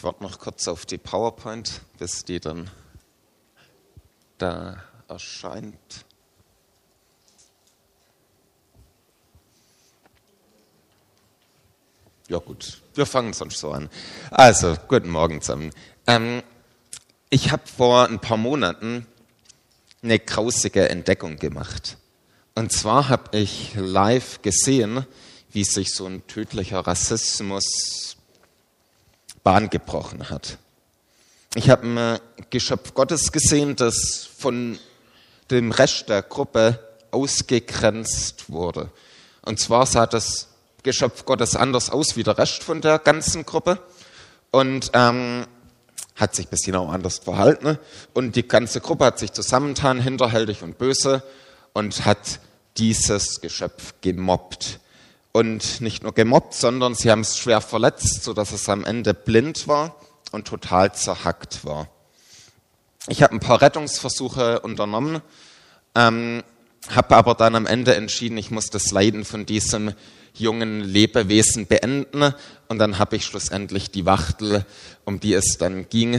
Ich warte noch kurz auf die PowerPoint, bis die dann da erscheint. Ja gut, wir fangen sonst so an. Also, guten Morgen zusammen. Ich habe vor ein paar Monaten eine grausige Entdeckung gemacht. Und zwar habe ich live gesehen, wie sich so ein tödlicher Rassismus Bahn gebrochen hat. Ich habe ein Geschöpf Gottes gesehen, das von dem Rest der Gruppe ausgegrenzt wurde. Und zwar sah das Geschöpf Gottes anders aus wie der Rest von der ganzen Gruppe und hat sich ein bisschen auch anders verhalten. Und die ganze Gruppe hat sich zusammengetan, hinterhältig und böse, und hat dieses Geschöpf gemobbt. Und nicht nur gemobbt, sondern sie haben es schwer verletzt, sodass es am Ende blind war und total zerhackt war. Ich habe ein paar Rettungsversuche unternommen, habe aber dann am Ende entschieden, ich muss das Leiden von diesem jungen Lebewesen beenden. Und dann habe ich schlussendlich die Wachtel, um die es dann ging,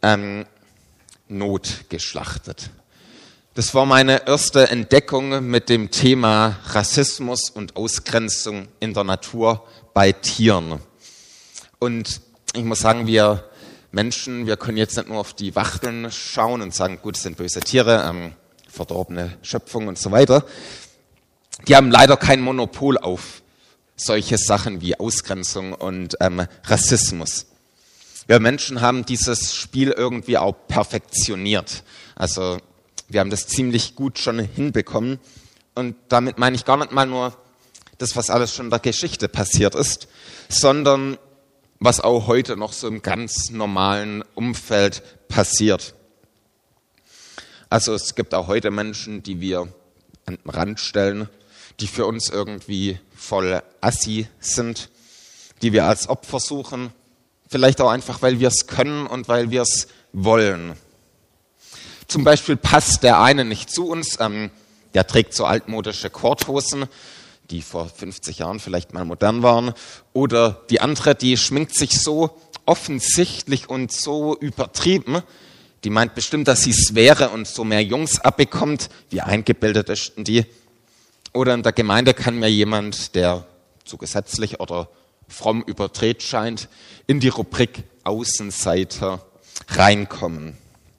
notgeschlachtet. Das war meine erste Entdeckung mit dem Thema Rassismus und Ausgrenzung in der Natur bei Tieren. Und ich muss sagen, wir Menschen, wir können jetzt nicht nur auf die Wachteln schauen und sagen, gut, es sind böse Tiere, verdorbene Schöpfung und so weiter. Die haben leider kein Monopol auf solche Sachen wie Ausgrenzung und Rassismus. Wir Menschen haben dieses Spiel irgendwie auch perfektioniert. Also wir haben das ziemlich gut schon hinbekommen. Und damit meine ich gar nicht mal nur das, was alles schon in der Geschichte passiert ist, sondern was auch heute noch so im ganz normalen Umfeld passiert. Also es gibt auch heute Menschen, die wir an den Rand stellen, die für uns irgendwie voll assi sind, die wir als Opfer suchen, vielleicht auch einfach, weil wir es können und weil wir es wollen. Zum Beispiel passt der eine nicht zu uns, der trägt so altmodische Korthosen, die vor 50 Jahren vielleicht mal modern waren, oder die andere, die schminkt sich so offensichtlich und so übertrieben, die meint bestimmt, dass sie es wäre und so mehr Jungs abbekommt, wie eingebildet ist denn die. Oder in der Gemeinde kann mir jemand, der zu gesetzlich oder fromm überdreht scheint, in die Rubrik Außenseiter reinkommen.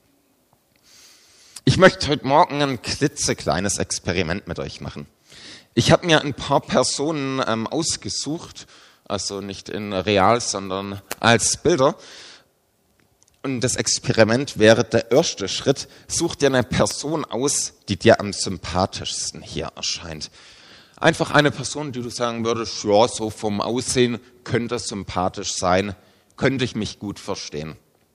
Ich möchte heute Morgen ein klitzekleines Experiment mit euch machen. Ich habe mir ein paar Personen ausgesucht, also nicht in real, sondern als Bilder. Und das Experiment wäre der erste Schritt. Such dir eine Person aus, die dir am sympathischsten hier erscheint. Einfach eine Person, die du sagen würdest, ja, so vom Aussehen könnte sympathisch sein, könnte ich mich gut verstehen.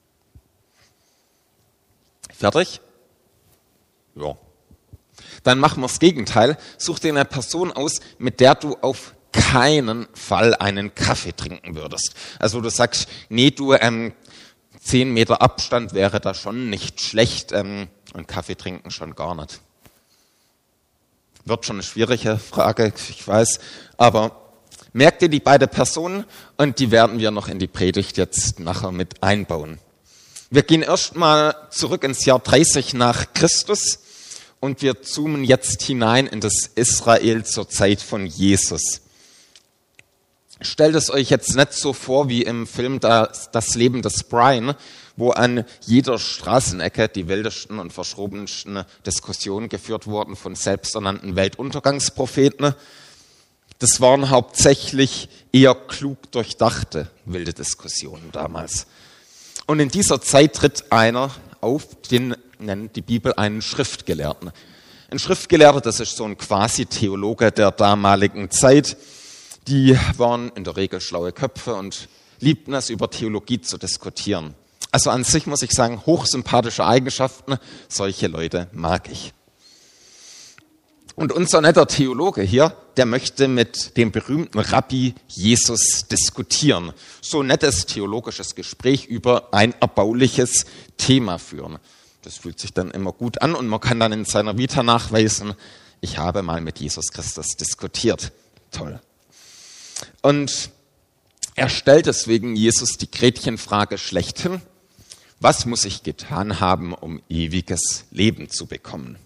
Fertig? Ja. Dann machen wir das Gegenteil. Such dir eine Person aus, mit der du auf keinen Fall einen Kaffee trinken würdest. Also du sagst, nee, du, 10 Meter Abstand wäre da schon nicht schlecht und Kaffee trinken schon gar nicht. Wird schon eine schwierige Frage, ich weiß, aber merkt ihr die beiden Personen und die werden wir noch in die Predigt jetzt nachher mit einbauen. Wir gehen erstmal zurück ins Jahr 30 nach Christus und wir zoomen jetzt hinein in das Israel zur Zeit von Jesus. Stellt es euch jetzt nicht so vor wie im Film Das Leben des Brian, wo an jeder Straßenecke die wildesten und verschrobensten Diskussionen geführt wurden von selbsternannten Weltuntergangspropheten. Das waren hauptsächlich eher klug durchdachte wilde Diskussionen damals. Und in dieser Zeit tritt einer auf, den nennt die Bibel einen Schriftgelehrten. Ein Schriftgelehrter, das ist so ein Quasi-Theologe der damaligen Zeit. Die waren in der Regel schlaue Köpfe und liebten es, über Theologie zu diskutieren. Also an sich muss ich sagen, hochsympathische Eigenschaften, solche Leute mag ich. Und unser netter Theologe hier, der möchte mit dem berühmten Rabbi Jesus diskutieren. So ein nettes theologisches Gespräch über ein erbauliches Thema führen. Das fühlt sich dann immer gut an und man kann dann in seiner Vita nachweisen, ich habe mal mit Jesus Christus diskutiert. Toll. Und Er stellt deswegen Jesus die Gretchenfrage schlechthin: Was muss ich getan haben, um ewiges Leben zu bekommen?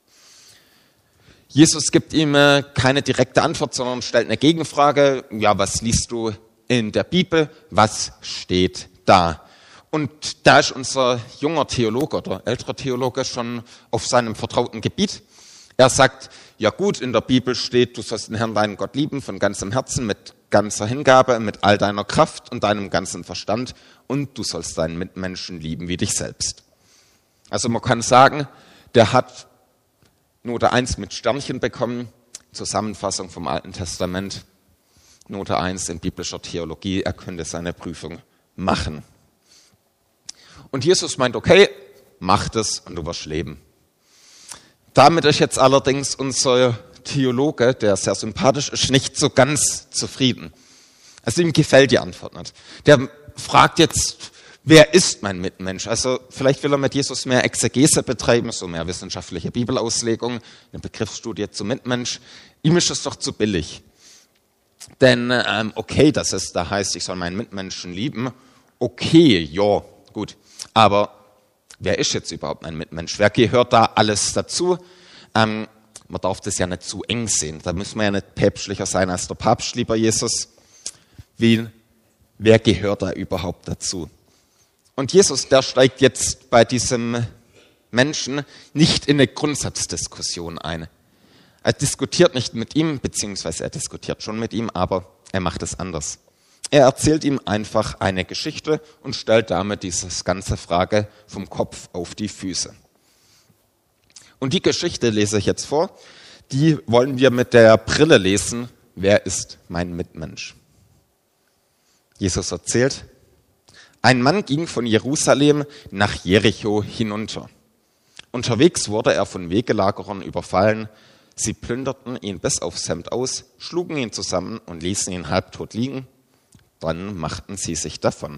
Jesus gibt ihm keine direkte Antwort, sondern stellt eine Gegenfrage. Ja, was liest du in der Bibel? Was steht da? Und da ist unser junger Theologe oder älterer Theologe schon auf seinem vertrauten Gebiet. Er sagt, ja gut, in der Bibel steht, du sollst den Herrn, deinen Gott lieben, von ganzem Herzen, mit ganzer Hingabe, mit all deiner Kraft und deinem ganzen Verstand, und du sollst deinen Mitmenschen lieben wie dich selbst. Also man kann sagen, der hat Note 1 mit Sternchen bekommen, Zusammenfassung vom Alten Testament, Note 1 in biblischer Theologie, er könnte seine Prüfung machen. Und Jesus meint, okay, mach das und du wirst leben. Damit ist jetzt allerdings unser Theologe, der sehr sympathisch ist, nicht so ganz zufrieden. Also ihm gefällt die Antwort nicht. Der fragt jetzt, wer ist mein Mitmensch? Also vielleicht will er mit Jesus mehr Exegese betreiben, so mehr wissenschaftliche Bibelauslegung, eine Begriffsstudie zum Mitmensch. Ihm ist es doch zu billig. Denn okay, dass es da heißt, ich soll meinen Mitmenschen lieben, okay, ja, gut. Aber wer ist jetzt überhaupt ein Mitmensch? Wer gehört da alles dazu? Man darf das ja nicht zu eng sehen. Da müssen wir ja nicht päpstlicher sein als der Papst, lieber Jesus. Wer gehört da überhaupt dazu? Und Jesus, der steigt jetzt bei diesem Menschen nicht in eine Grundsatzdiskussion ein. Er diskutiert nicht mit ihm, beziehungsweise er diskutiert schon mit ihm, aber er macht es anders. Er erzählt ihm einfach eine Geschichte und stellt damit diese ganze Frage vom Kopf auf die Füße. Und die Geschichte lese ich jetzt vor. Die wollen wir mit der Brille lesen. Wer ist mein Mitmensch? Jesus erzählt, ein Mann ging von Jerusalem nach Jericho hinunter. Unterwegs wurde er von Wegelagerern überfallen. Sie plünderten ihn bis aufs Hemd aus, schlugen ihn zusammen und ließen ihn halbtot liegen. Dann machten sie sich davon.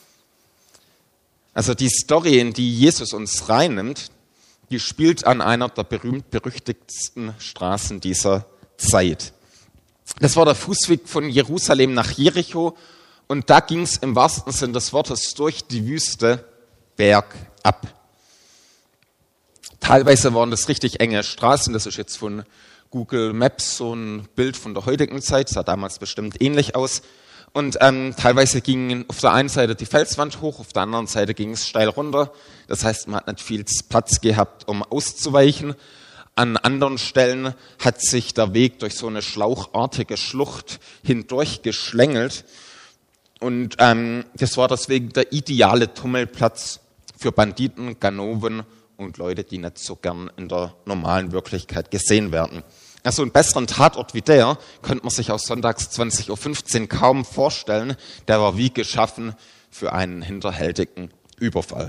Also die Story, in die Jesus uns reinnimmt, die spielt an einer der berühmt-berüchtigsten Straßen dieser Zeit. Das war der Fußweg von Jerusalem nach Jericho und da ging es im wahrsten Sinn des Wortes durch die Wüste bergab. Teilweise waren das richtig enge Straßen, das ist jetzt von Google Maps so ein Bild von der heutigen Zeit, sah damals bestimmt ähnlich aus. Und teilweise ging auf der einen Seite die Felswand hoch, auf der anderen Seite ging es steil runter. Das heißt, man hat nicht viel Platz gehabt, um auszuweichen. An anderen Stellen hat sich der Weg durch so eine schlauchartige Schlucht hindurch geschlängelt. Und das war deswegen der ideale Tummelplatz für Banditen, Ganoven und Leute, die nicht so gern in der normalen Wirklichkeit gesehen werden. Also einen besseren Tatort wie der könnte man sich aus sonntags 20.15 Uhr kaum vorstellen. Der war wie geschaffen für einen hinterhältigen Überfall.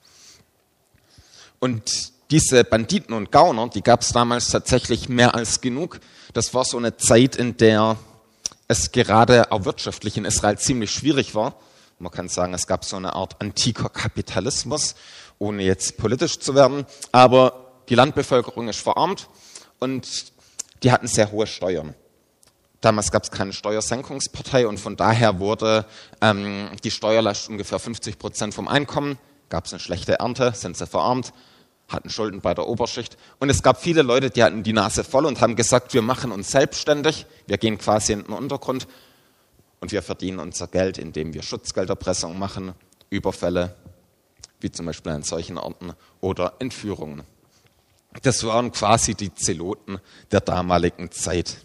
Und diese Banditen und Gauner, die gab es damals tatsächlich mehr als genug. Das war so eine Zeit, in der es gerade auch wirtschaftlich in Israel ziemlich schwierig war. Man kann sagen, es gab so eine Art antiker Kapitalismus, ohne jetzt politisch zu werden. Aber die Landbevölkerung ist verarmt und die hatten sehr hohe Steuern. Damals gab es keine Steuersenkungspartei und von daher wurde die Steuerlast ungefähr 50% vom Einkommen. Gab es eine schlechte Ernte, sind sie verarmt, hatten Schulden bei der Oberschicht. Und es gab viele Leute, die hatten die Nase voll und haben gesagt, wir machen uns selbstständig, wir gehen quasi in den Untergrund und wir verdienen unser Geld, indem wir Schutzgelderpressung machen, Überfälle, wie zum Beispiel an solchen Orten, oder Entführungen. Das waren quasi die Zeloten der damaligen Zeit.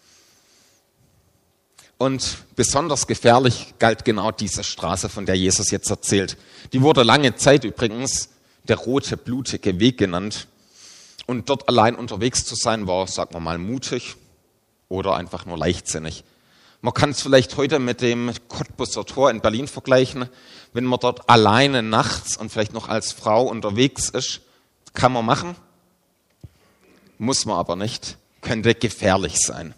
Und besonders gefährlich galt genau diese Straße, von der Jesus jetzt erzählt. Die wurde lange Zeit übrigens der rote, blutige Weg genannt. Und dort allein unterwegs zu sein, war, sagen wir mal, mutig oder einfach nur leichtsinnig. Man kann es vielleicht heute mit dem Cottbuser Tor in Berlin vergleichen. Wenn man dort alleine nachts und vielleicht noch als Frau unterwegs ist, kann man machen. Muss man aber nicht, könnte gefährlich sein.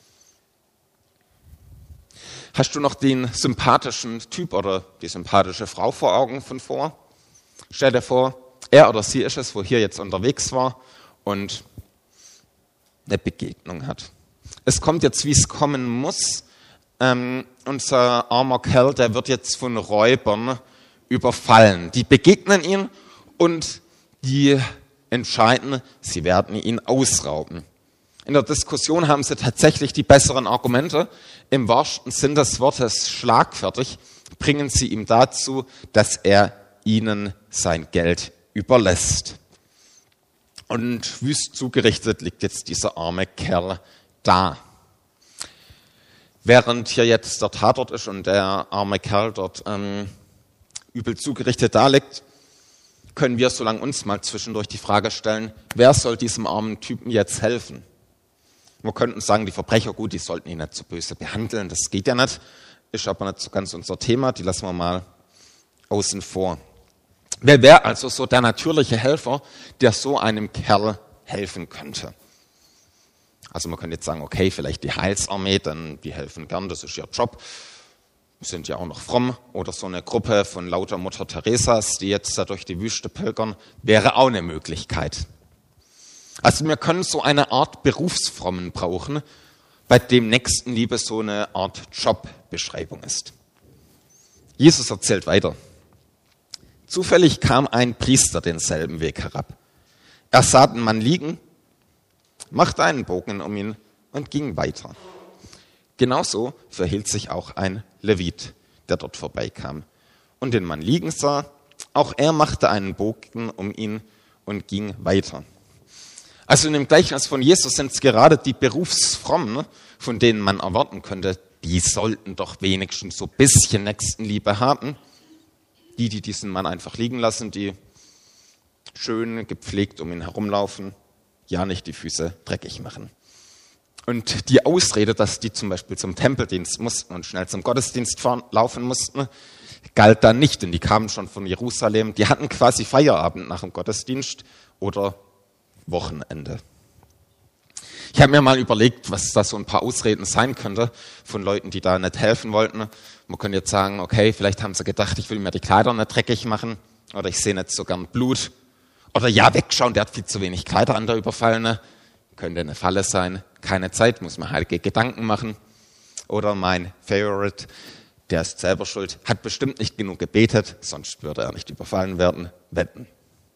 Hast du noch den sympathischen Typ oder die sympathische Frau vor Augen von vor? Stell dir vor, er oder sie ist es, wo hier jetzt unterwegs war und eine Begegnung hat. Es kommt jetzt, wie es kommen muss. unser armer Kerl, der wird jetzt von Räubern überfallen. Die begegnen ihn und die entscheiden, sie werden ihn ausrauben. In der Diskussion haben sie tatsächlich die besseren Argumente. Im wahrsten Sinn des Wortes schlagfertig bringen sie ihm dazu, dass er ihnen sein Geld überlässt. Und wüst zugerichtet liegt jetzt dieser arme Kerl da. Während hier jetzt der Tatort ist und der arme Kerl dort übel zugerichtet da liegt, können wir so lange uns mal zwischendurch die Frage stellen, wer soll diesem armen Typen jetzt helfen? Wir könnten sagen, die Verbrecher, gut, die sollten ihn nicht so böse behandeln, das geht ja nicht, ist aber nicht so ganz unser Thema, die lassen wir mal außen vor. Wer wäre also so der natürliche Helfer, der so einem Kerl helfen könnte? Also man könnte jetzt sagen, okay, vielleicht die Heilsarmee, denn die helfen gern, das ist ihr Job, sind ja auch noch fromm. Oder so eine Gruppe von lauter Mutter Teresas, die jetzt da durch die Wüste pilgern, wäre auch eine Möglichkeit. Also wir können so eine Art Berufsfrommen brauchen, bei dem Nächstenliebe so eine Art Jobbeschreibung ist. Jesus erzählt weiter. Zufällig kam ein Priester denselben Weg herab. Er sah den Mann liegen, machte einen Bogen um ihn und ging weiter. Genauso verhielt sich auch ein Levit, der dort vorbeikam und den Mann liegen sah. Auch er machte einen Bogen um ihn und ging weiter. Also in dem Gleichnis von Jesus sind es gerade die Berufsfrommen, von denen man erwarten könnte, die sollten doch wenigstens so ein bisschen Nächstenliebe haben. Die diesen Mann einfach liegen lassen, die schön gepflegt um ihn herumlaufen, ja nicht die Füße dreckig machen. Und die Ausrede, dass die zum Beispiel zum Tempeldienst mussten und schnell zum Gottesdienst laufen mussten, galt dann nicht, denn die kamen schon von Jerusalem. Die hatten quasi Feierabend nach dem Gottesdienst oder Wochenende. Ich habe mir mal überlegt, was da so ein paar Ausreden sein könnte von Leuten, die da nicht helfen wollten. Man könnte jetzt sagen, okay, vielleicht haben sie gedacht, ich will mir die Kleider nicht dreckig machen oder ich sehe nicht so gern Blut oder ja, wegschauen, der hat viel zu wenig Kleider an der Überfallene. Könnte eine Falle sein, keine Zeit, muss man heilige Gedanken machen. Oder mein Favorite, der ist selber schuld, hat bestimmt nicht genug gebetet, sonst würde er nicht überfallen werden, wetten.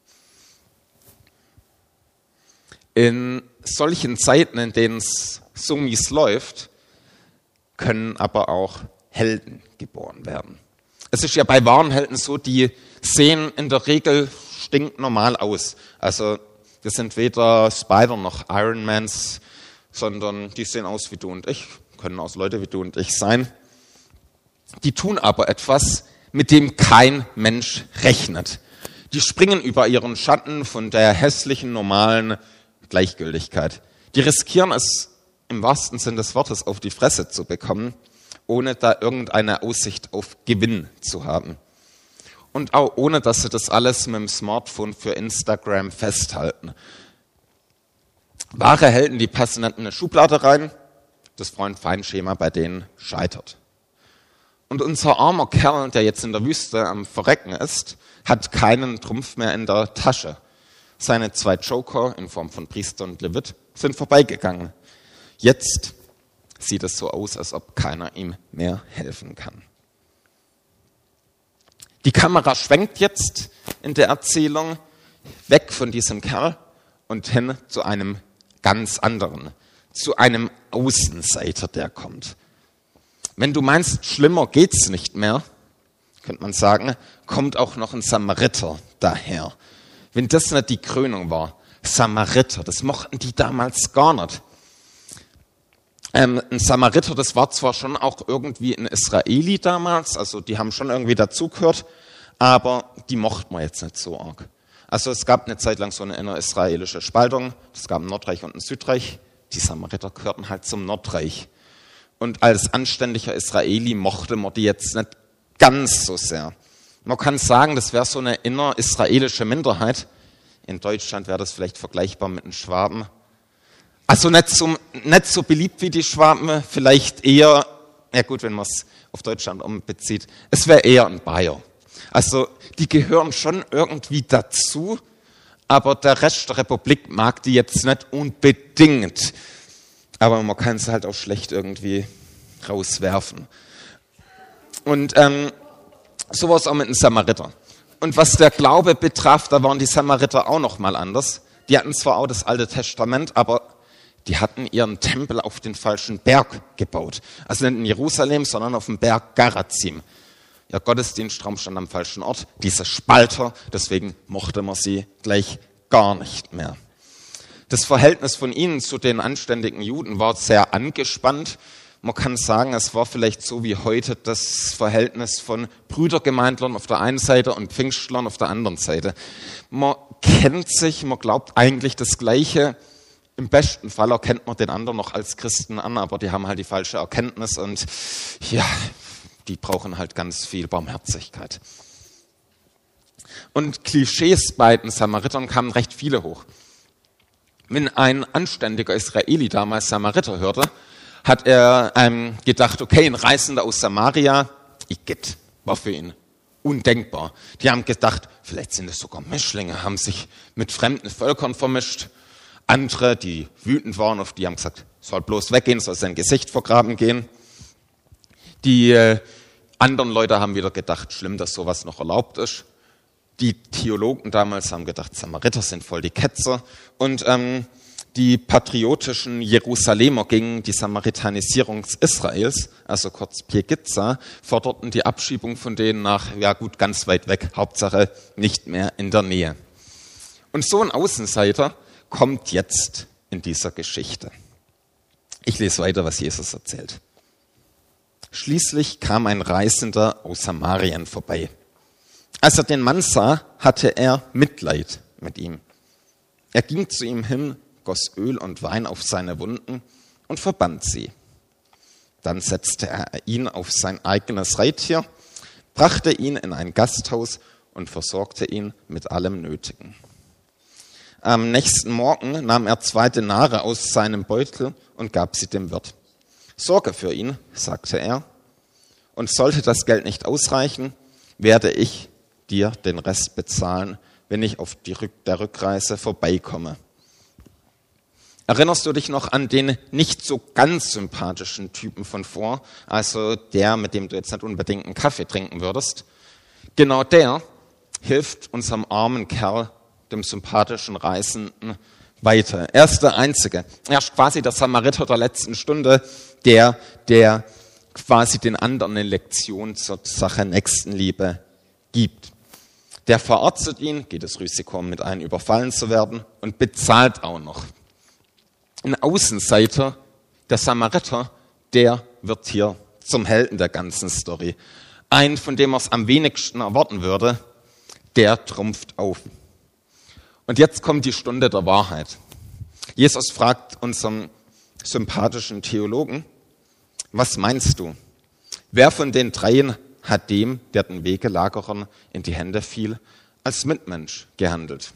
In solchen Zeiten, in denen es so mies läuft, können aber auch Helden geboren werden. Es ist ja bei wahren Helden so, die sehen in der Regel stinknormal aus. Also das sind weder Spider noch Ironmans, sondern die sehen aus wie du und ich, können auch Leute wie du und ich sein. Die tun aber etwas, mit dem kein Mensch rechnet. Die springen über ihren Schatten von der hässlichen, normalen Gleichgültigkeit. Die riskieren es, im wahrsten Sinn des Wortes, auf die Fresse zu bekommen, ohne da irgendeine Aussicht auf Gewinn zu haben. Und auch ohne, dass sie das alles mit dem Smartphone für Instagram festhalten. Wahre Helden, die passen nicht in eine Schublade rein, das Freund-Feind-Schema bei denen scheitert. Und unser armer Kerl, der jetzt in der Wüste am Verrecken ist, hat keinen Trumpf mehr in der Tasche. Seine 2 Joker in Form von Priester und Levit sind vorbeigegangen. Jetzt sieht es so aus, als ob keiner ihm mehr helfen kann. Die Kamera schwenkt jetzt in der Erzählung weg von diesem Kerl und hin zu einem ganz anderen, zu einem Außenseiter, der kommt. Wenn du meinst, schlimmer geht's nicht mehr, könnte man sagen, kommt auch noch ein Samariter daher. Wenn das nicht die Krönung war, Samariter, das mochten die damals gar nicht. Ein Samariter, das war zwar schon auch irgendwie ein Israeli damals, also die haben schon irgendwie dazugehört, aber die mochten wir jetzt nicht so arg. Also es gab eine Zeit lang so eine innerisraelische Spaltung, es gab ein Nordreich und ein Südreich, die Samariter gehörten halt zum Nordreich. Und als anständiger Israeli mochte man die jetzt nicht ganz so sehr. Man kann sagen, das wäre so eine innerisraelische Minderheit. In Deutschland wäre das vielleicht vergleichbar mit den Schwaben. Also nicht so beliebt wie die Schwaben, vielleicht eher, ja gut, wenn man es auf Deutschland umbezieht, es wäre eher ein Bayer. Also die gehören schon irgendwie dazu, aber der Rest der Republik mag die jetzt nicht unbedingt. Aber man kann es halt auch schlecht irgendwie rauswerfen. Und so war es auch mit den Samariter. Und was der Glaube betraf, da waren die Samariter auch noch mal anders. Die hatten zwar auch das Alte Testament, aber die hatten ihren Tempel auf den falschen Berg gebaut. Also nicht in Jerusalem, sondern auf dem Berg Garazim. Ihr Gottesdienstraum stand am falschen Ort, diese Spalter, deswegen mochte man sie gleich gar nicht mehr. Das Verhältnis von ihnen zu den anständigen Juden war sehr angespannt. Man kann sagen, es war vielleicht so wie heute das Verhältnis von Brüdergemeindlern auf der einen Seite und Pfingstlern auf der anderen Seite. Man kennt sich, man glaubt eigentlich das Gleiche. Im besten Fall erkennt man den anderen noch als Christen an, aber die haben halt die falsche Erkenntnis und ja, die brauchen halt ganz viel Barmherzigkeit. Und Klischees bei den Samaritern kamen recht viele hoch. Wenn ein anständiger Israeli damals Samariter hörte, hat er gedacht, okay, ein Reisender aus Samaria, Igitt, war für ihn undenkbar. Die haben gedacht, vielleicht sind es sogar Mischlinge, haben sich mit fremden Völkern vermischt. Andere, die wütend waren, auf die haben gesagt, soll bloß weggehen, soll sein Gesicht vergraben gehen. Die anderen Leute haben wieder gedacht, schlimm, dass sowas noch erlaubt ist. Die Theologen damals haben gedacht, Samariter sind voll die Ketzer. Und die patriotischen Jerusalemer gegen die Samaritanisierung Israels, also kurz Piegiza, forderten die Abschiebung von denen nach, ja gut, ganz weit weg, Hauptsache nicht mehr in der Nähe. Und so ein Außenseiter kommt jetzt in dieser Geschichte. Ich lese weiter, was Jesus erzählt. Schließlich kam ein Reisender aus Samarien vorbei. Als er den Mann sah, hatte er Mitleid mit ihm. Er ging zu ihm hin, goss Öl und Wein auf seine Wunden und verband sie. Dann setzte er ihn auf sein eigenes Reittier, brachte ihn in ein Gasthaus und versorgte ihn mit allem Nötigen. Am nächsten Morgen nahm er 2 Denare aus seinem Beutel und gab sie dem Wirt. Sorge für ihn, sagte er, und sollte das Geld nicht ausreichen, werde ich dir den Rest bezahlen, wenn ich auf der Rückreise vorbeikomme. Erinnerst du dich noch an den nicht so ganz sympathischen Typen von vor, also der, mit dem du jetzt nicht unbedingt einen Kaffee trinken würdest? Genau der hilft unserem armen Kerl, dem sympathischen Reisenden, weiter. Er ist der Einzige. Er ist quasi der Samariter der letzten Stunde, der quasi den anderen eine Lektion zur Sache Nächstenliebe gibt. Der verarztet ihn, geht das Risiko, mit einem überfallen zu werden und bezahlt auch noch. Ein Außenseiter, der Samariter, der wird hier zum Helden der ganzen Story. Ein, von dem man es am wenigsten erwarten würde, der trumpft auf. Und jetzt kommt die Stunde der Wahrheit. Jesus fragt unseren sympathischen Theologen, was meinst du? Wer von den dreien hat dem, der den Wegelagerern in die Hände fiel, als Mitmensch gehandelt?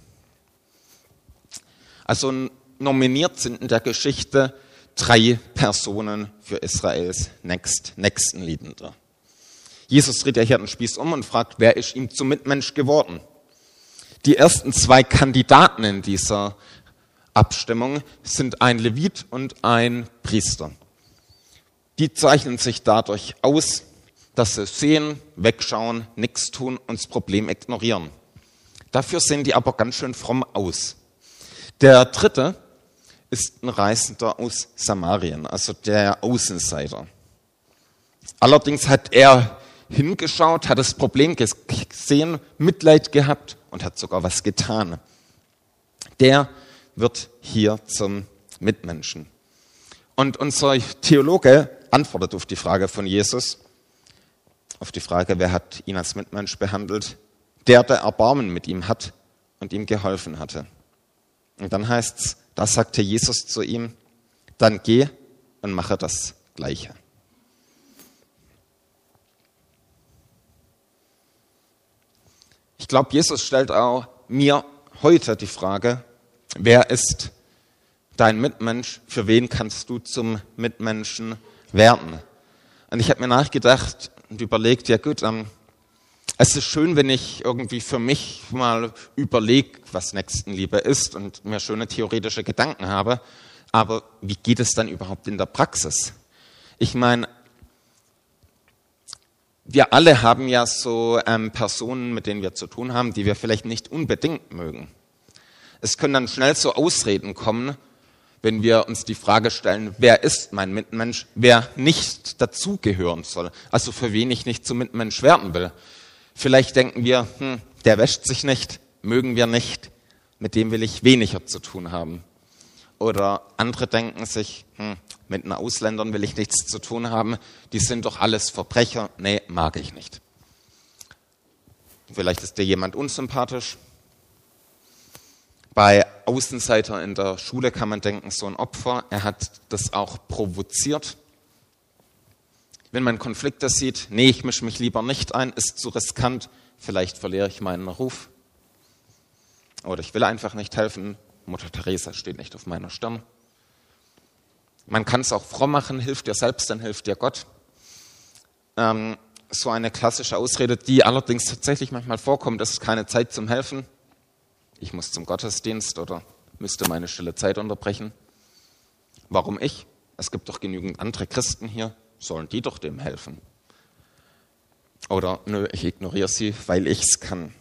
Also nominiert sind in der Geschichte 3 Personen für Israels Nächstenliebender. Jesus dreht ja hier den Spieß um und fragt, wer ist ihm zum Mitmensch geworden? Die ersten 2 Kandidaten in dieser Abstimmung sind ein Levit und ein Priester. Die zeichnen sich dadurch aus, dass sie sehen, wegschauen, nichts tun und das Problem ignorieren. Dafür sehen die aber ganz schön fromm aus. Der dritte ist ein Reisender aus Samarien, also der Außenseiter. Allerdings hat er hingeschaut, hat das Problem gesehen, Mitleid gehabt und hat sogar was getan. Der wird hier zum Mitmenschen. Und unser Theologe antwortet auf die Frage von Jesus, auf die Frage, wer hat ihn als Mitmensch behandelt? Der Erbarmen mit ihm hat und ihm geholfen hatte. Und dann heißt's, da sagte Jesus zu ihm, dann geh und mache das Gleiche. Ich glaube, Jesus stellt auch mir heute die Frage, wer ist dein Mitmensch? Für wen kannst du zum Mitmenschen werden? Und ich habe mir nachgedacht und überlegt, ja gut, es ist schön, wenn ich irgendwie für mich mal überlege, was Nächstenliebe ist und mir schöne theoretische Gedanken habe. Aber wie geht es dann überhaupt in der Praxis? Ich meine, wir alle haben ja so Personen, mit denen wir zu tun haben, die wir vielleicht nicht unbedingt mögen. Es können dann schnell so Ausreden kommen, wenn wir uns die Frage stellen, wer ist mein Mitmensch, wer nicht dazugehören soll, also für wen ich nicht zum Mitmensch werden will. Vielleicht denken wir, der wäscht sich nicht, mögen wir nicht, mit dem will ich weniger zu tun haben. Oder andere denken sich, mit den Ausländern will ich nichts zu tun haben, die sind doch alles Verbrecher, nee, mag ich nicht. Vielleicht ist dir jemand unsympathisch. Bei Außenseiter in der Schule kann man denken, so ein Opfer, er hat das auch provoziert. Wenn man Konflikte sieht, nee, ich mische mich lieber nicht ein, ist zu riskant, vielleicht verliere ich meinen Ruf. Oder ich will einfach nicht helfen, Mutter Teresa steht nicht auf meiner Stirn. Man kann es auch fromm machen, hilf dir selbst, dann hilft dir Gott. So eine klassische Ausrede, die allerdings tatsächlich manchmal vorkommt, es ist keine Zeit zum Helfen. Ich muss zum Gottesdienst oder müsste meine stille Zeit unterbrechen. Warum ich? Es gibt doch genügend andere Christen hier, sollen die doch dem helfen? Oder nö, ich ignoriere sie, weil ich es kann.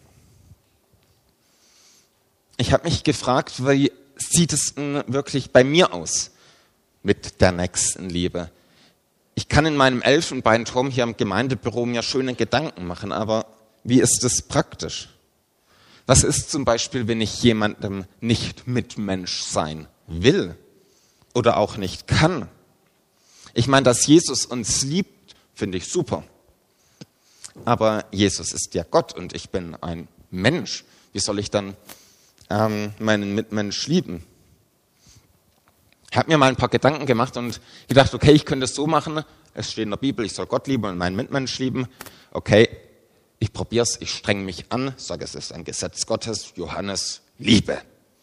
Ich habe mich gefragt, wie sieht es denn wirklich bei mir aus mit der Nächstenliebe? Ich kann in meinem Elfenbeinturm hier im Gemeindebüro mir schöne Gedanken machen, aber wie ist es praktisch? Was ist zum Beispiel, wenn ich jemandem nicht Mitmensch sein will oder auch nicht kann? Ich meine, dass Jesus uns liebt, finde ich super. Aber Jesus ist ja Gott und ich bin ein Mensch. Wie soll ich dann meinen Mitmensch lieben? Ich habe mir mal ein paar Gedanken gemacht und gedacht, okay, ich könnte es so machen. Es steht in der Bibel, ich soll Gott lieben und meinen Mitmensch lieben. Okay, ich probiere es, ich strenge mich an, sage, es ist ein Gesetz Gottes, Johannes, Liebe.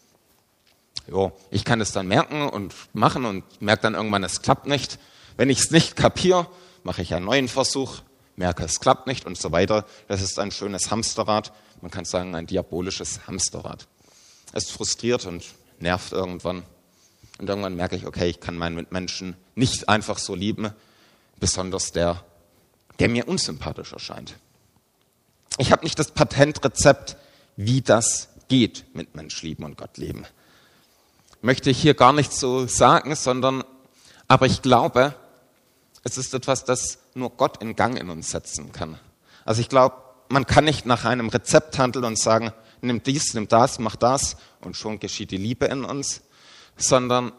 Jo, ich kann es dann merken und machen und merke dann irgendwann, es klappt nicht. Wenn ich es nicht kapiere, mache ich einen neuen Versuch, merke, es klappt nicht und so weiter. Das ist ein schönes Hamsterrad, man kann sagen, ein diabolisches Hamsterrad. Es frustriert und nervt irgendwann. Und irgendwann merke ich, okay, ich kann meinen Mitmenschen nicht einfach so lieben, besonders der mir unsympathisch erscheint. Ich habe nicht das Patentrezept, wie das geht, Mitmensch lieben und Gott lieben. Möchte ich hier gar nicht so sagen, aber ich glaube, es ist etwas, das nur Gott in Gang in uns setzen kann. Also ich glaube, man kann nicht nach einem Rezept handeln und sagen, nimm dies, nimm das, mach das und schon geschieht die Liebe in uns, sondern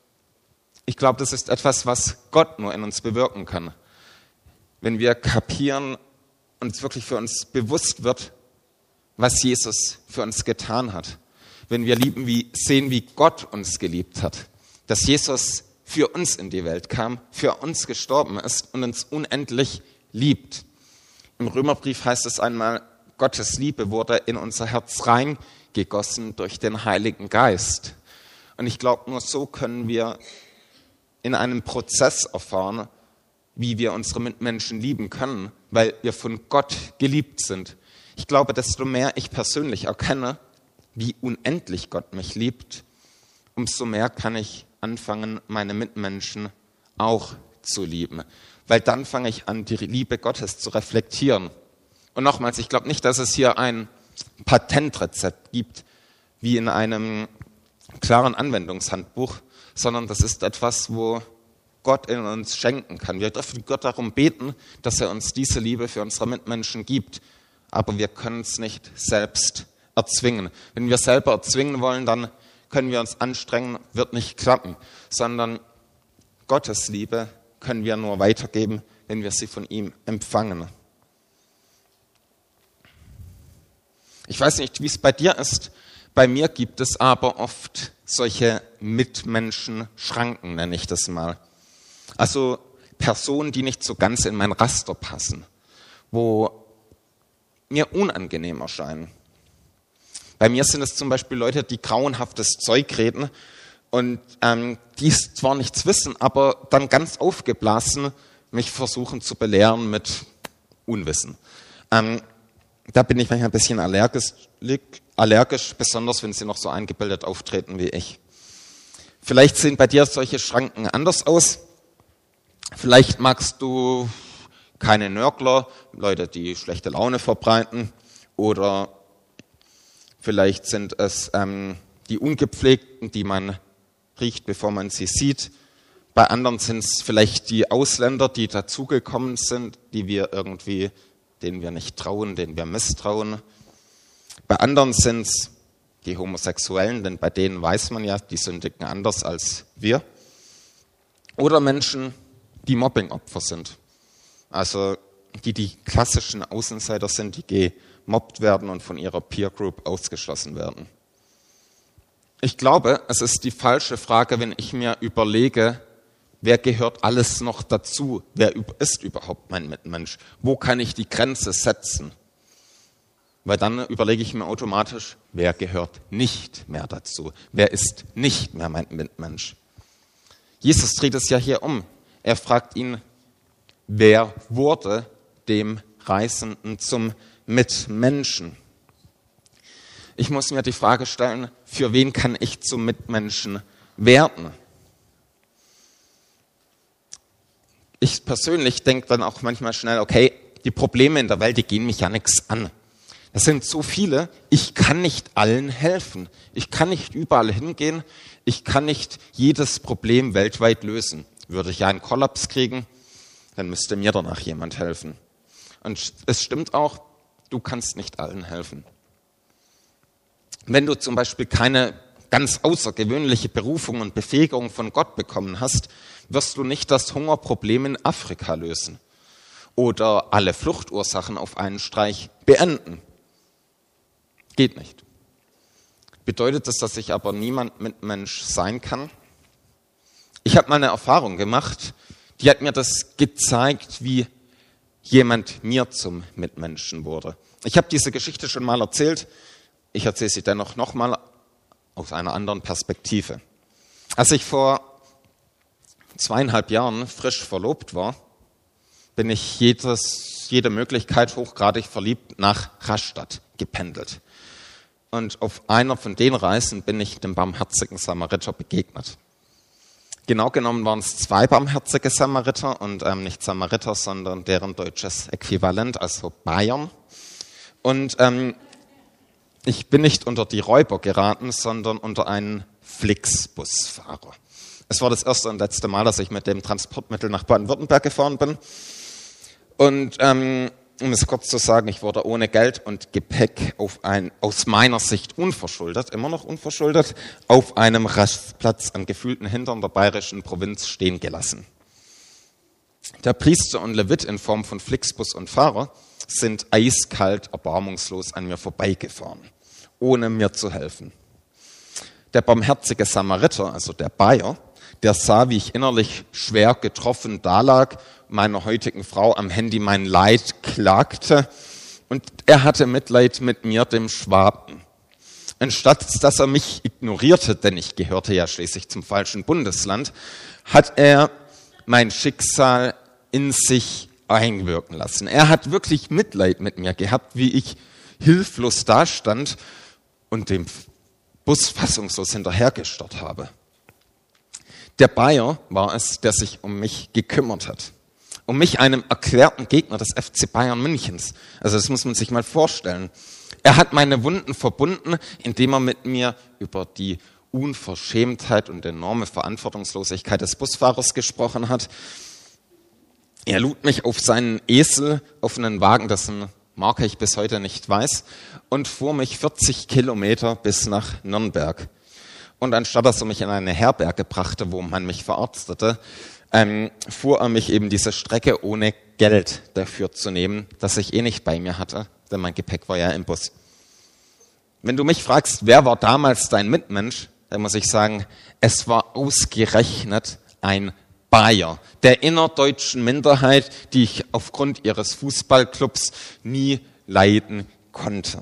ich glaube, das ist etwas, was Gott nur in uns bewirken kann. Wenn wir kapieren und es wirklich für uns bewusst wird, was Jesus für uns getan hat. Wenn wir sehen, wie Gott uns geliebt hat, dass Jesus für uns in die Welt kam, für uns gestorben ist und uns unendlich liebt. Im Römerbrief heißt es einmal, Gottes Liebe wurde in unser Herz reingegossen durch den Heiligen Geist. Und ich glaube, nur so können wir in einem Prozess erfahren, wie wir unsere Mitmenschen lieben können, weil wir von Gott geliebt sind. Ich glaube, desto mehr ich persönlich erkenne, wie unendlich Gott mich liebt, umso mehr kann ich anfangen, meine Mitmenschen auch zu lieben. Weil dann fange ich an, die Liebe Gottes zu reflektieren. Und nochmals, ich glaube nicht, dass es hier ein Patentrezept gibt, wie in einem klaren Anwendungshandbuch, sondern das ist etwas, wo Gott in uns schenken kann. Wir dürfen Gott darum beten, dass er uns diese Liebe für unsere Mitmenschen gibt. Aber wir können es nicht selbst erzwingen. Wenn wir selber erzwingen wollen, dann können wir uns anstrengen, wird nicht klappen. Sondern Gottes Liebe können wir nur weitergeben, wenn wir sie von ihm empfangen. Ich weiß nicht, wie es bei dir ist. Bei mir gibt es aber oft solche Mitmenschen-Schranken, nenne ich das mal. Also Personen, die nicht so ganz in mein Raster passen, wo mir unangenehm erscheinen. Bei mir sind es zum Beispiel Leute, die grauenhaftes Zeug reden und die zwar nichts wissen, aber dann ganz aufgeblasen mich versuchen zu belehren mit Unwissen. Da bin ich manchmal ein bisschen allergisch, besonders wenn sie noch so eingebildet auftreten wie ich. Vielleicht sehen bei dir solche Schranken anders aus. Vielleicht magst du Keine Nörgler, Leute, die schlechte Laune verbreiten, oder vielleicht sind es die Ungepflegten, die man riecht, bevor man sie sieht. Bei anderen sind es vielleicht die Ausländer, die dazugekommen sind, denen wir nicht trauen, denen wir misstrauen. Bei anderen sind es die Homosexuellen, denn bei denen weiß man ja, die sündigen anders als wir. Oder Menschen, die Mobbingopfer sind. Also die klassischen Außenseiter sind, die gemobbt werden und von ihrer Peer Group ausgeschlossen werden. Ich glaube, es ist die falsche Frage, wenn ich mir überlege, wer gehört alles noch dazu? Wer ist überhaupt mein Mitmensch? Wo kann ich die Grenze setzen? Weil dann überlege ich mir automatisch, wer gehört nicht mehr dazu? Wer ist nicht mehr mein Mitmensch? Jesus dreht es ja hier um. Er fragt ihn, wer wurde dem Reisenden zum Mitmenschen? Ich muss mir die Frage stellen, für wen kann ich zum Mitmenschen werden? Ich persönlich denke dann auch manchmal schnell, okay, die Probleme in der Welt, die gehen mich ja nichts an. Es sind so viele, ich kann nicht allen helfen. Ich kann nicht überall hingehen. Ich kann nicht jedes Problem weltweit lösen. Würde ich ja einen Kollaps kriegen, dann müsste mir danach jemand helfen. Und es stimmt auch, du kannst nicht allen helfen. Wenn du zum Beispiel keine ganz außergewöhnliche Berufung und Befähigung von Gott bekommen hast, wirst du nicht das Hungerproblem in Afrika lösen oder alle Fluchtursachen auf einen Streich beenden. Geht nicht. Bedeutet das, dass ich aber niemand Mitmensch sein kann? Ich habe mal eine Erfahrung gemacht, die hat mir das gezeigt, wie jemand mir zum Mitmenschen wurde. Ich habe diese Geschichte schon mal erzählt, ich erzähle sie dennoch nochmal aus einer anderen Perspektive. Als ich vor 2,5 Jahren frisch verlobt war, bin ich jede Möglichkeit hochgradig verliebt nach Rastatt gependelt. Und auf einer von den Reisen bin ich dem barmherzigen Samariter begegnet. Genau genommen waren es 2 barmherzige Samariter und nicht Samariter, sondern deren deutsches Äquivalent, also Bayern. Und ich bin nicht unter die Räuber geraten, sondern unter einen Flixbusfahrer. Es war das erste und letzte Mal, dass ich mit dem Transportmittel nach Baden-Württemberg gefahren bin. Und um es kurz zu sagen, ich wurde ohne Geld und Gepäck aus meiner Sicht unverschuldet, immer noch unverschuldet, auf einem Rastplatz am gefühlten Hintern der bayerischen Provinz stehen gelassen. Der Priester und Levit in Form von Flixbus und Fahrer sind eiskalt, erbarmungslos an mir vorbeigefahren, ohne mir zu helfen. Der barmherzige Samariter, also der Bayer, der sah, wie ich innerlich schwer getroffen dalag, meiner heutigen Frau am Handy mein Leid klagte, und er hatte Mitleid mit mir, dem Schwaben. Anstatt dass er mich ignorierte, denn ich gehörte ja schließlich zum falschen Bundesland, hat er mein Schicksal in sich einwirken lassen. Er hat wirklich Mitleid mit mir gehabt, wie ich hilflos dastand und dem Bus fassungslos hinterhergestarrt habe. Der Bayer war es, der sich um mich gekümmert hat. Um mich, einem erklärten Gegner des FC Bayern Münchens. Also das muss man sich mal vorstellen. Er hat meine Wunden verbunden, indem er mit mir über die Unverschämtheit und enorme Verantwortungslosigkeit des Busfahrers gesprochen hat. Er lud mich auf seinen Esel, auf einen Wagen, dessen Marke ich bis heute nicht weiß, und fuhr mich 40 Kilometer bis nach Nürnberg. Und anstatt dass er mich in eine Herberge brachte, wo man mich verarztete, fuhr er mich eben diese Strecke ohne Geld dafür zu nehmen, das ich nicht bei mir hatte, denn mein Gepäck war ja im Bus. Wenn du mich fragst, wer war damals dein Mitmensch, dann muss ich sagen, es war ausgerechnet ein Bayer, der innerdeutschen Minderheit, die ich aufgrund ihres Fußballclubs nie leiden konnte.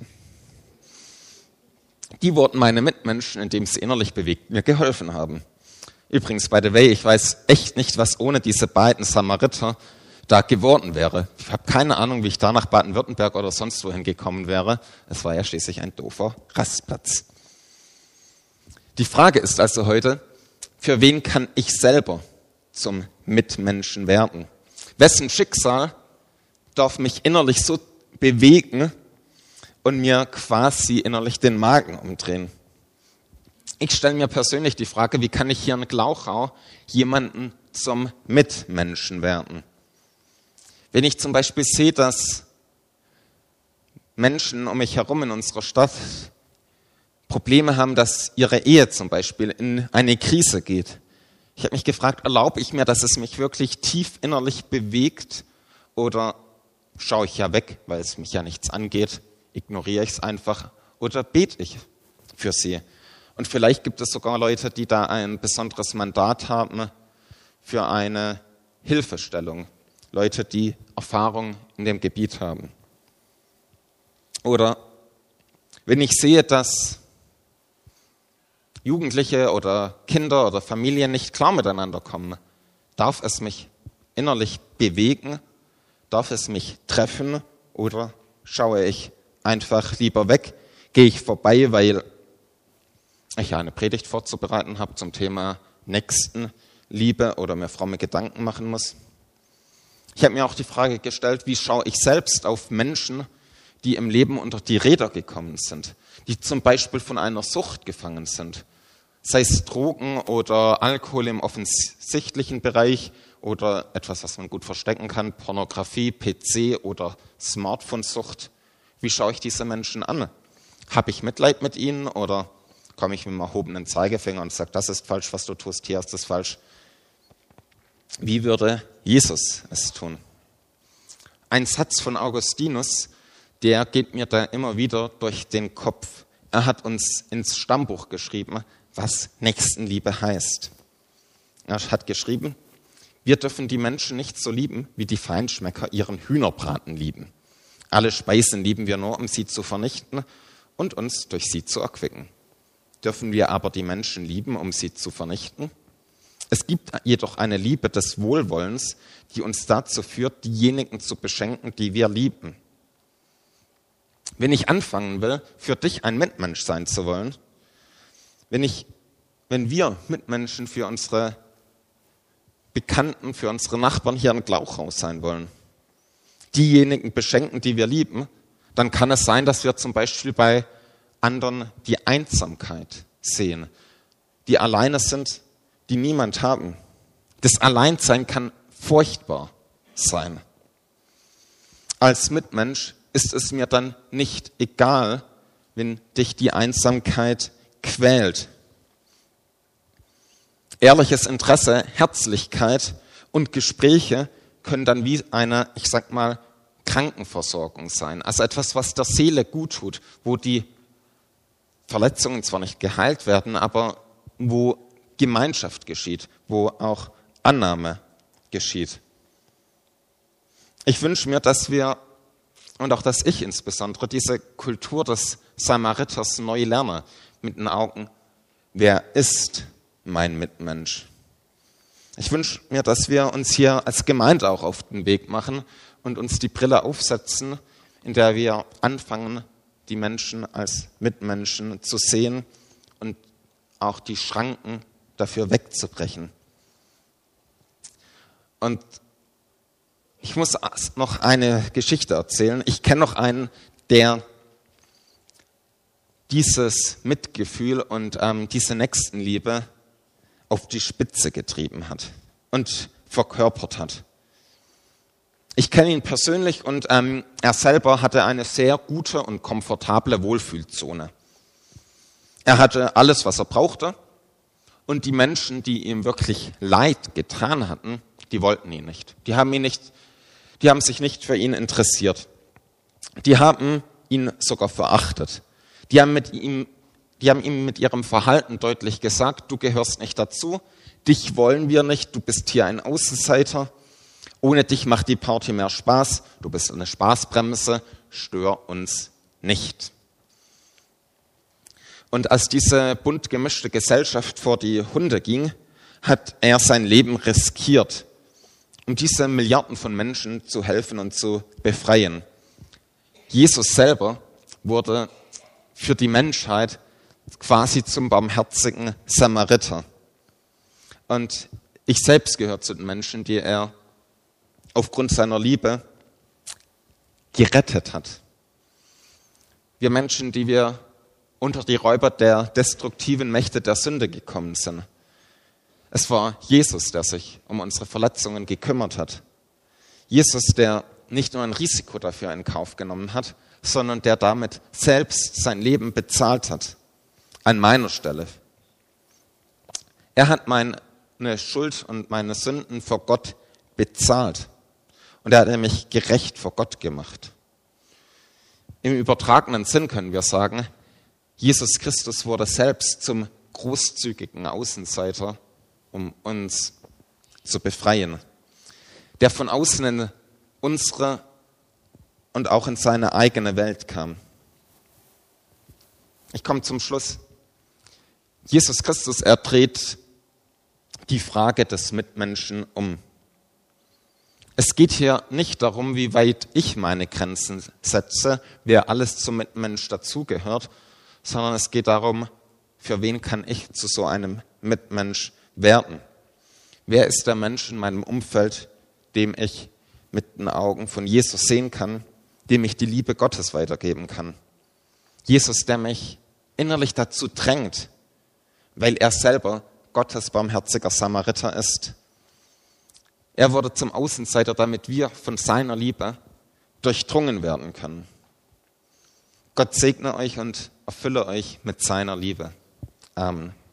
Die wurden meine Mitmenschen, indem sie innerlich bewegt mir geholfen haben. Übrigens, by the way, ich weiß echt nicht, was ohne diese beiden Samariter da geworden wäre. Ich habe keine Ahnung, wie ich da nach Baden-Württemberg oder sonst wohin gekommen wäre. Es war ja schließlich ein doofer Rastplatz. Die Frage ist also heute, für wen kann ich selber zum Mitmenschen werden? Wessen Schicksal darf mich innerlich so bewegen und mir quasi innerlich den Magen umdrehen. Ich stelle mir persönlich die Frage, wie kann ich hier in Glauchau jemanden zum Mitmenschen werden? Wenn ich zum Beispiel sehe, dass Menschen um mich herum in unserer Stadt Probleme haben, dass ihre Ehe zum Beispiel in eine Krise geht. Ich habe mich gefragt, erlaube ich mir, dass es mich wirklich tief innerlich bewegt, oder schaue ich ja weg, weil es mich ja nichts angeht, ignoriere ich es einfach, oder bete ich für sie? Und vielleicht gibt es sogar Leute, die da ein besonderes Mandat haben für eine Hilfestellung. Leute, die Erfahrung in dem Gebiet haben. Oder wenn ich sehe, dass Jugendliche oder Kinder oder Familien nicht klar miteinander kommen, darf es mich innerlich bewegen, darf es mich treffen, oder schaue ich einfach lieber weg, gehe ich vorbei, weil ich ja eine Predigt vorzubereiten habe zum Thema Nächstenliebe oder mir fromme Gedanken machen muss. Ich habe mir auch die Frage gestellt, wie schaue ich selbst auf Menschen, die im Leben unter die Räder gekommen sind, die zum Beispiel von einer Sucht gefangen sind, sei es Drogen oder Alkohol im offensichtlichen Bereich oder etwas, was man gut verstecken kann, Pornografie, PC oder Smartphone-Sucht. Wie schaue ich diese Menschen an? Habe ich Mitleid mit ihnen oder komme ich mit dem erhobenen Zeigefinger und sage, das ist falsch, was du tust, hier ist das falsch? Wie würde Jesus es tun? Ein Satz von Augustinus, der geht mir da immer wieder durch den Kopf. Er hat uns ins Stammbuch geschrieben, was Nächstenliebe heißt. Er hat geschrieben, wir dürfen die Menschen nicht so lieben, wie die Feinschmecker ihren Hühnerbraten lieben. Alle Speisen lieben wir nur, um sie zu vernichten und uns durch sie zu erquicken. Dürfen wir aber die Menschen lieben, um sie zu vernichten? Es gibt jedoch eine Liebe des Wohlwollens, die uns dazu führt, diejenigen zu beschenken, die wir lieben. Wenn ich anfangen will, für dich ein Mitmensch sein zu wollen, wenn wir Mitmenschen für unsere Bekannten, für unsere Nachbarn hier in Glauchau sein wollen, diejenigen beschenken, die wir lieben, dann kann es sein, dass wir zum Beispiel bei anderen die Einsamkeit sehen, die alleine sind, die niemand haben. Das Alleinsein kann furchtbar sein. Als Mitmensch ist es mir dann nicht egal, wenn dich die Einsamkeit quält. Ehrliches Interesse, Herzlichkeit und Gespräche können dann wie eine, ich sag mal, Krankenversorgung sein. Also etwas, was der Seele gut tut, wo die Verletzungen zwar nicht geheilt werden, aber wo Gemeinschaft geschieht, wo auch Annahme geschieht. Ich wünsche mir, dass wir, und auch dass ich insbesondere, diese Kultur des Samariters neu lerne, mit den Augen, wer ist mein Mitmensch? Ich wünsche mir, dass wir uns hier als Gemeinde auch auf den Weg machen und uns die Brille aufsetzen, in der wir anfangen, die Menschen als Mitmenschen zu sehen und auch die Schranken dafür wegzubrechen. Und ich muss noch eine Geschichte erzählen. Ich kenne noch einen, der dieses Mitgefühl und diese Nächstenliebe auf die Spitze getrieben hat und verkörpert hat. Ich kenne ihn persönlich und er selber hatte eine sehr gute und komfortable Wohlfühlzone. Er hatte alles, was er brauchte, und die Menschen, die ihm wirklich Leid getan hatten, die wollten ihn nicht. Die haben sich nicht für ihn interessiert. Die haben ihn sogar verachtet. Die haben ihm mit ihrem Verhalten deutlich gesagt, du gehörst nicht dazu, dich wollen wir nicht, du bist hier ein Außenseiter, ohne dich macht die Party mehr Spaß, du bist eine Spaßbremse, stör uns nicht. Und als diese bunt gemischte Gesellschaft vor die Hunde ging, hat er sein Leben riskiert, um diese Milliarden von Menschen zu helfen und zu befreien. Jesus selber wurde für die Menschheit quasi zum barmherzigen Samariter. Und ich selbst gehöre zu den Menschen, die er aufgrund seiner Liebe gerettet hat. Wir Menschen, die wir unter die Räuber der destruktiven Mächte der Sünde gekommen sind. Es war Jesus, der sich um unsere Verletzungen gekümmert hat. Jesus, der nicht nur ein Risiko dafür in Kauf genommen hat, sondern der damit selbst sein Leben bezahlt hat. An meiner Stelle. Er hat meine Schuld und meine Sünden vor Gott bezahlt. Und er hat mich gerecht vor Gott gemacht. Im übertragenen Sinn können wir sagen, Jesus Christus wurde selbst zum großzügigen Außenseiter, um uns zu befreien, der von außen in unsere und auch in seine eigene Welt kam. Ich komme zum Schluss. Jesus Christus, er dreht die Frage des Mitmenschen um. Es geht hier nicht darum, wie weit ich meine Grenzen setze, wer alles zum Mitmensch dazugehört, sondern es geht darum, für wen kann ich zu so einem Mitmensch werden? Wer ist der Mensch in meinem Umfeld, dem ich mit den Augen von Jesus sehen kann, dem ich die Liebe Gottes weitergeben kann? Jesus, der mich innerlich dazu drängt, weil er selber Gottes barmherziger Samariter ist. Er wurde zum Außenseiter, damit wir von seiner Liebe durchdrungen werden können. Gott segne euch und erfülle euch mit seiner Liebe. Amen.